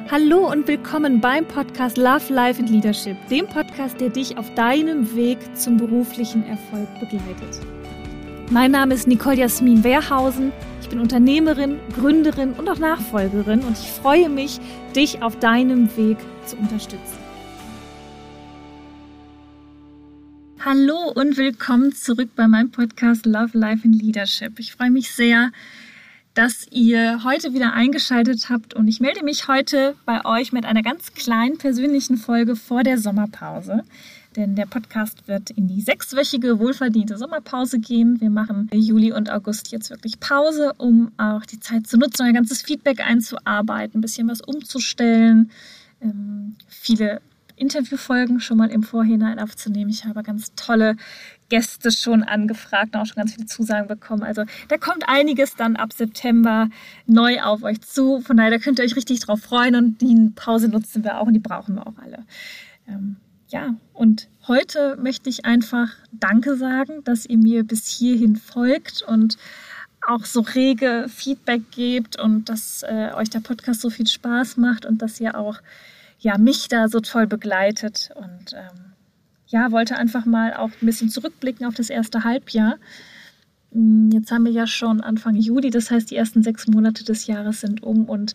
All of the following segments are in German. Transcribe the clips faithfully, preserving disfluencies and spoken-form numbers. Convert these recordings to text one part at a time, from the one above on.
Hallo und willkommen beim Podcast Love, Life and Leadership, dem Podcast, der dich auf deinem Weg zum beruflichen Erfolg begleitet. Mein Name ist Nicole Jasmin Wehrhausen, ich bin Unternehmerin, Gründerin und auch Nachfolgerin und ich freue mich, dich auf deinem Weg zu unterstützen. Hallo und willkommen zurück bei meinem Podcast Love, Life and Leadership. Ich freue mich sehr, dass ihr heute wieder eingeschaltet habt und ich melde mich heute bei euch mit einer ganz kleinen persönlichen Folge vor der Sommerpause. Denn der Podcast wird in die sechswöchige, wohlverdiente Sommerpause gehen. Wir machen Juli und August jetzt wirklich Pause, um auch die Zeit zu nutzen, ein ganzes Feedback einzuarbeiten, ein bisschen was umzustellen, ähm, viele Interviewfolgen schon mal im Vorhinein aufzunehmen. Ich habe ganz tolle Gäste schon angefragt und auch schon ganz viele Zusagen bekommen. Also da kommt einiges dann ab September neu auf euch zu. Von daher, da könnt ihr euch richtig drauf freuen und die Pause nutzen wir auch und die brauchen wir auch alle. Ähm, ja, und heute möchte ich einfach Danke sagen, dass ihr mir bis hierhin folgt und auch so rege Feedback gebt und dass äh, euch der Podcast so viel Spaß macht und dass ihr auch ja, mich da so toll begleitet und ähm, ja, wollte einfach mal auch ein bisschen zurückblicken auf das erste Halbjahr. Jetzt haben wir ja schon Anfang Juli, das heißt, die ersten sechs Monate des Jahres sind um und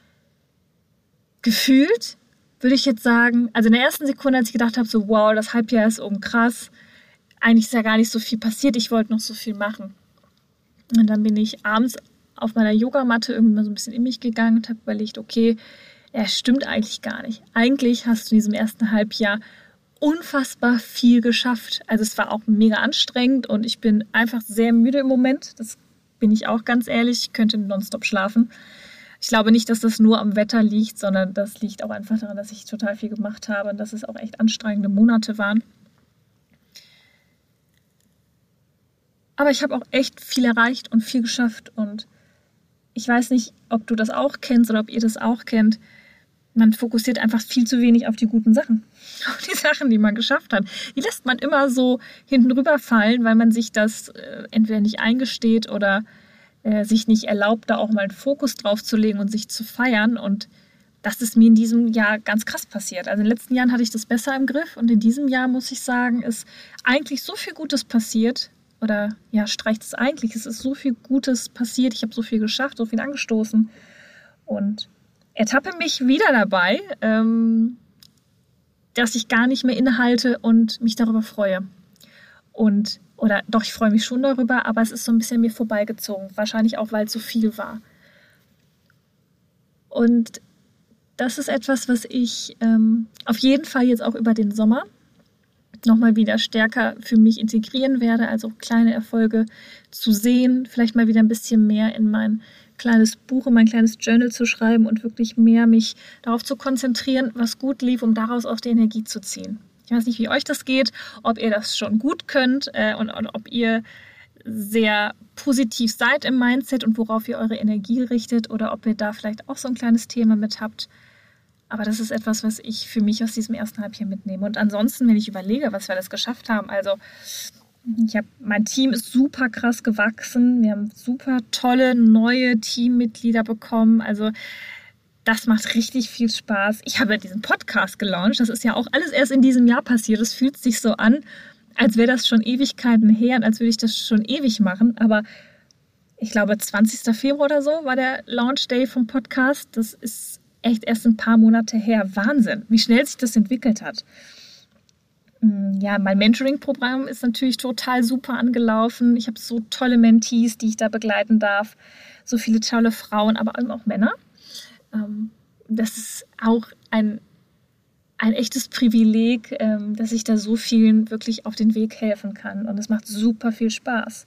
gefühlt würde ich jetzt sagen, also in der ersten Sekunde, als ich gedacht habe, so wow, das Halbjahr ist um, krass, eigentlich ist ja gar nicht so viel passiert, ich wollte noch so viel machen. Und dann bin ich abends auf meiner Yogamatte irgendwie mal so ein bisschen in mich gegangen und habe überlegt, okay, ja, stimmt eigentlich gar nicht. Eigentlich hast du in diesem ersten Halbjahr unfassbar viel geschafft. Also es war auch mega anstrengend und ich bin einfach sehr müde im Moment. Das bin ich auch ganz ehrlich. Ich könnte nonstop schlafen. Ich glaube nicht, dass das nur am Wetter liegt, sondern das liegt auch einfach daran, dass ich total viel gemacht habe und dass es auch echt anstrengende Monate waren. Aber ich habe auch echt viel erreicht und viel geschafft und ich weiß nicht, ob du das auch kennst oder ob ihr das auch kennt. Man fokussiert einfach viel zu wenig auf die guten Sachen, auf die Sachen, die man geschafft hat. Die lässt man immer so hinten rüber fallen, weil man sich das äh, entweder nicht eingesteht oder äh, sich nicht erlaubt, da auch mal einen Fokus drauf zu legen und sich zu feiern. Und das ist mir in diesem Jahr ganz krass passiert. Also in den letzten Jahren hatte ich das besser im Griff und in diesem Jahr, muss ich sagen, ist eigentlich so viel Gutes passiert. Oder ja, streicht es eigentlich. Es ist so viel Gutes passiert. Ich habe so viel geschafft, so viel angestoßen. Und ertappe mich wieder dabei, ähm, dass ich gar nicht mehr innehalte und mich darüber freue. Und, oder doch, ich freue mich schon darüber, aber es ist so ein bisschen mir vorbeigezogen. Wahrscheinlich auch, weil es so viel war. Und das ist etwas, was ich ähm, auf jeden Fall jetzt auch über den Sommer nochmal wieder stärker für mich integrieren werde, also kleine Erfolge zu sehen, vielleicht mal wieder ein bisschen mehr in mein kleines Buch, in mein kleines Journal zu schreiben und wirklich mehr mich darauf zu konzentrieren, was gut lief, um daraus auch die Energie zu ziehen. Ich weiß nicht, wie euch das geht, ob ihr das schon gut könnt äh, und, und ob ihr sehr positiv seid im Mindset und worauf ihr eure Energie richtet oder ob ihr da vielleicht auch so ein kleines Thema mit habt. Aber das ist etwas, was ich für mich aus diesem ersten Halbjahr mitnehme. Und ansonsten, wenn ich überlege, was wir alles geschafft haben, also ich habe, mein Team ist super krass gewachsen. Wir haben super tolle neue Teammitglieder bekommen. Also das macht richtig viel Spaß. Ich habe ja diesen Podcast gelauncht. Das ist ja auch alles erst in diesem Jahr passiert. Es fühlt sich so an, als wäre das schon Ewigkeiten her und als würde ich das schon ewig machen. Aber ich glaube, zwanzigster Februar oder so war der Launch Day vom Podcast. Das ist echt erst ein paar Monate her. Wahnsinn, wie schnell sich das entwickelt hat. Ja, mein Mentoring-Programm ist natürlich total super angelaufen. Ich habe so tolle Mentees, die ich da begleiten darf. So viele tolle Frauen, aber auch Männer. Das ist auch ein, ein echtes Privileg, dass ich da so vielen wirklich auf den Weg helfen kann. Und es macht super viel Spaß.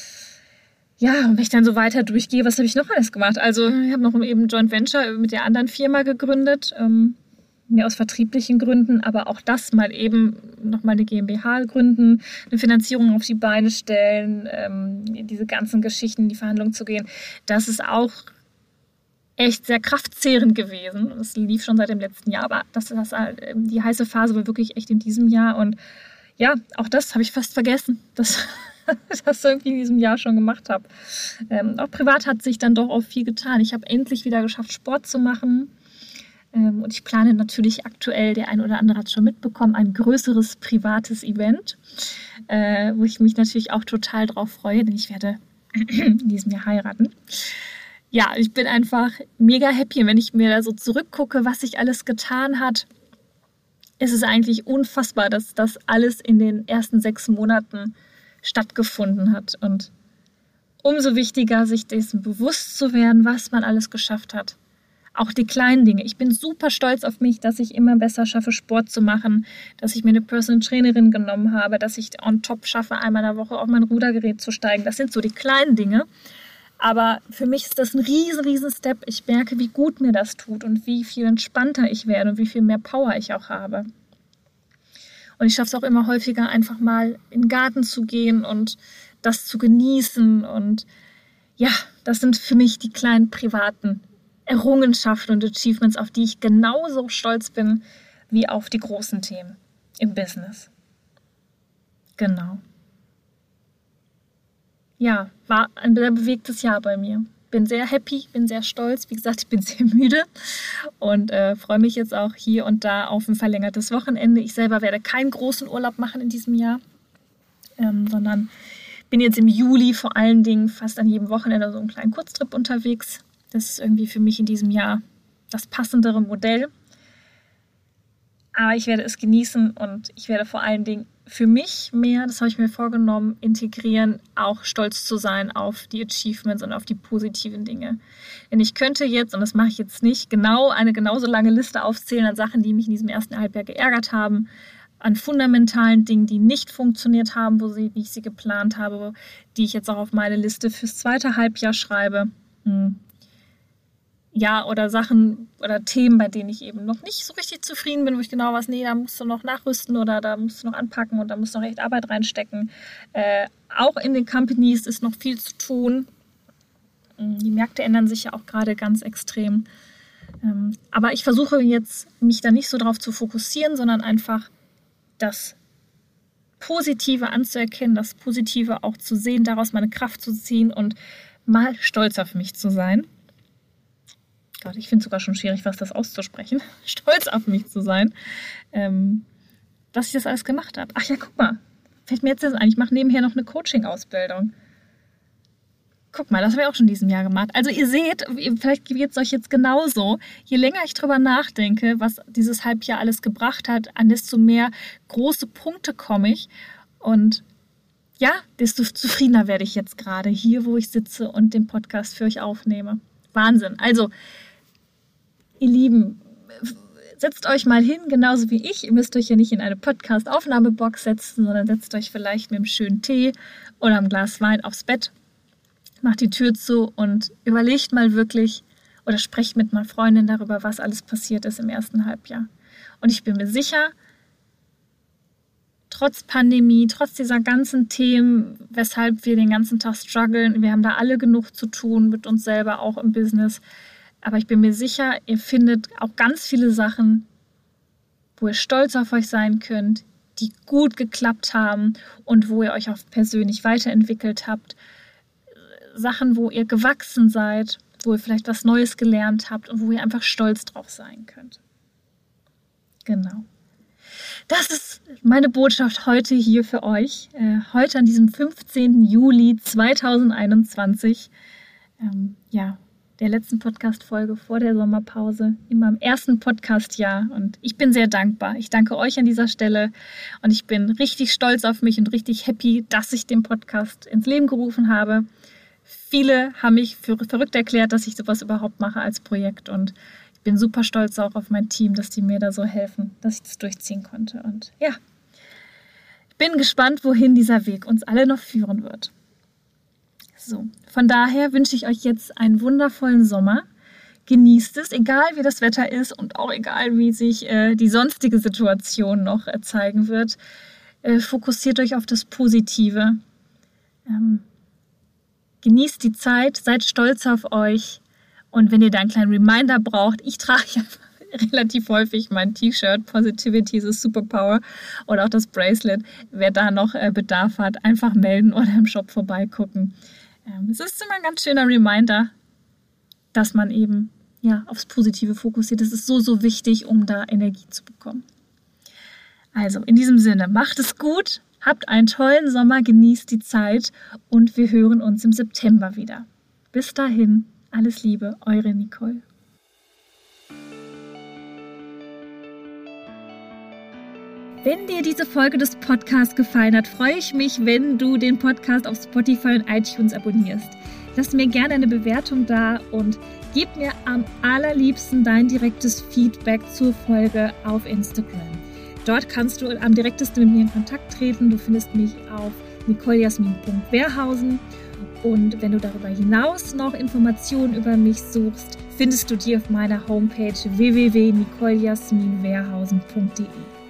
Ja, und wenn ich dann so weiter durchgehe, was habe ich noch alles gemacht? Also ich habe noch eben ein Joint Venture mit der anderen Firma gegründet. Mehr aus vertrieblichen Gründen, aber auch das mal eben nochmal eine GmbH gründen, eine Finanzierung auf die Beine stellen, ähm, diese ganzen Geschichten in die Verhandlung zu gehen. Das ist auch echt sehr kraftzehrend gewesen. Das lief schon seit dem letzten Jahr, aber das, das, die heiße Phase war wirklich echt in diesem Jahr. Und ja, auch das habe ich fast vergessen, dass ich das irgendwie in diesem Jahr schon gemacht habe. Ähm, auch privat hat sich dann doch auch viel getan. Ich habe endlich wieder geschafft, Sport zu machen. Ähm, und ich plane natürlich aktuell, der ein oder andere hat es schon mitbekommen, ein größeres privates Event, äh, wo ich mich natürlich auch total drauf freue, denn ich werde in diesem Jahr heiraten. Ja, ich bin einfach mega happy, wenn ich mir da so zurückgucke, was sich alles getan hat. Es ist eigentlich unfassbar, dass das alles in den ersten sechs Monaten stattgefunden hat. Und umso wichtiger, sich dessen bewusst zu werden, was man alles geschafft hat. Auch die kleinen Dinge. Ich bin super stolz auf mich, dass ich immer besser schaffe, Sport zu machen, dass ich mir eine Personal Trainerin genommen habe, dass ich on top schaffe, einmal in der Woche auf mein Rudergerät zu steigen. Das sind so die kleinen Dinge. Aber für mich ist das ein riesen, riesen Step. Ich merke, wie gut mir das tut und wie viel entspannter ich werde und wie viel mehr Power ich auch habe. Und ich schaffe es auch immer häufiger, einfach mal in den Garten zu gehen und das zu genießen. Und ja, das sind für mich die kleinen privaten Errungenschaften und Achievements, auf die ich genauso stolz bin wie auf die großen Themen im Business. Genau. Ja, war ein sehr bewegtes Jahr bei mir. Bin sehr happy, bin sehr stolz. Wie gesagt, ich bin sehr müde und äh, freue mich jetzt auch hier und da auf ein verlängertes Wochenende. Ich selber werde keinen großen Urlaub machen in diesem Jahr, ähm, sondern bin jetzt im Juli vor allen Dingen fast an jedem Wochenende so einen kleinen Kurztrip unterwegs. Das ist irgendwie für mich in diesem Jahr das passendere Modell. Aber ich werde es genießen und ich werde vor allen Dingen für mich mehr, das habe ich mir vorgenommen, integrieren, auch stolz zu sein auf die Achievements und auf die positiven Dinge. Denn ich könnte jetzt, und das mache ich jetzt nicht, genau eine genauso lange Liste aufzählen an Sachen, die mich in diesem ersten Halbjahr geärgert haben, an fundamentalen Dingen, die nicht funktioniert haben, wo sie, wie ich sie geplant habe, die ich jetzt auch auf meine Liste fürs zweite Halbjahr schreibe. Hm. Ja, oder Sachen oder Themen, bei denen ich eben noch nicht so richtig zufrieden bin, wo ich genau weiß, nee, da musst du noch nachrüsten oder da musst du noch anpacken und da musst du noch echt Arbeit reinstecken. Äh, auch in den Companies ist noch viel zu tun. Die Märkte ändern sich ja auch gerade ganz extrem. Ähm, aber ich versuche jetzt, mich da nicht so drauf zu fokussieren, sondern einfach das Positive anzuerkennen, das Positive auch zu sehen, daraus meine Kraft zu ziehen und mal stolz auf mich zu sein. Gott, ich finde es sogar schon schwierig, was das auszusprechen. Stolz auf mich zu sein, ähm, dass ich das alles gemacht habe. Ach ja, guck mal, fällt mir jetzt ein, ich mache nebenher noch eine Coaching-Ausbildung. Guck mal, das habe ich auch schon in diesem Jahr gemacht. Also ihr seht, vielleicht geht es euch jetzt genauso. Je länger ich drüber nachdenke, was dieses Halbjahr alles gebracht hat, an desto mehr große Punkte komme ich. Und ja, desto zufriedener werde ich jetzt gerade hier, wo ich sitze und den Podcast für euch aufnehme. Wahnsinn. Also, ihr Lieben, setzt euch mal hin, genauso wie ich. Ihr müsst euch ja nicht in eine Podcast-Aufnahmebox setzen, sondern setzt euch vielleicht mit einem schönen Tee oder einem Glas Wein aufs Bett, macht die Tür zu und überlegt mal wirklich oder sprecht mit einer Freundin darüber, was alles passiert ist im ersten Halbjahr. Und ich bin mir sicher, trotz Pandemie, trotz dieser ganzen Themen, weshalb wir den ganzen Tag strugglen, wir haben da alle genug zu tun mit uns selber, auch im Business. Aber ich bin mir sicher, ihr findet auch ganz viele Sachen, wo ihr stolz auf euch sein könnt, die gut geklappt haben und wo ihr euch auch persönlich weiterentwickelt habt. Sachen, wo ihr gewachsen seid, wo ihr vielleicht was Neues gelernt habt und wo ihr einfach stolz drauf sein könnt. Genau. Das ist meine Botschaft heute hier für euch. Äh, heute an diesem fünfzehnten Juli zweitausendeinundzwanzig. Ähm, ja, der letzten Podcast-Folge vor der Sommerpause, in meinem ersten Podcast-Jahr. Und ich bin sehr dankbar. Ich danke euch an dieser Stelle und ich bin richtig stolz auf mich und richtig happy, dass ich den Podcast ins Leben gerufen habe. Viele haben mich für verrückt erklärt, dass ich sowas überhaupt mache als Projekt und ich bin super stolz auch auf mein Team, dass die mir da so helfen, dass ich das durchziehen konnte. Und ja, ich bin gespannt, wohin dieser Weg uns alle noch führen wird. So, von daher wünsche ich euch jetzt einen wundervollen Sommer. Genießt es, egal wie das Wetter ist und auch egal wie sich äh, die sonstige Situation noch äh, zeigen wird. Äh, fokussiert euch auf das Positive. Ähm, genießt die Zeit, seid stolz auf euch. Und wenn ihr da einen kleinen Reminder braucht, ich trage ja relativ häufig mein T-Shirt, Positivity is a Superpower oder auch das Bracelet. Wer da noch äh, Bedarf hat, einfach melden oder im Shop vorbeigucken. Ähm, es ist immer ein ganz schöner Reminder, dass man eben ja, aufs Positive fokussiert. Das ist so, so wichtig, um da Energie zu bekommen. Also in diesem Sinne, macht es gut, habt einen tollen Sommer, genießt die Zeit und wir hören uns im September wieder. Bis dahin, alles Liebe, eure Nicole. Wenn dir diese Folge des Podcasts gefallen hat, freue ich mich, wenn du den Podcast auf Spotify und iTunes abonnierst. Lass mir gerne eine Bewertung da und gib mir am allerliebsten dein direktes Feedback zur Folge auf Instagram. Dort kannst du am direktesten mit mir in Kontakt treten. Du findest mich auf nicole jasmin punkt wehrhausen. Und wenn du darüber hinaus noch Informationen über mich suchst, findest du die auf meiner Homepage w w w punkt nicole jasmin wehrhausen punkt d e.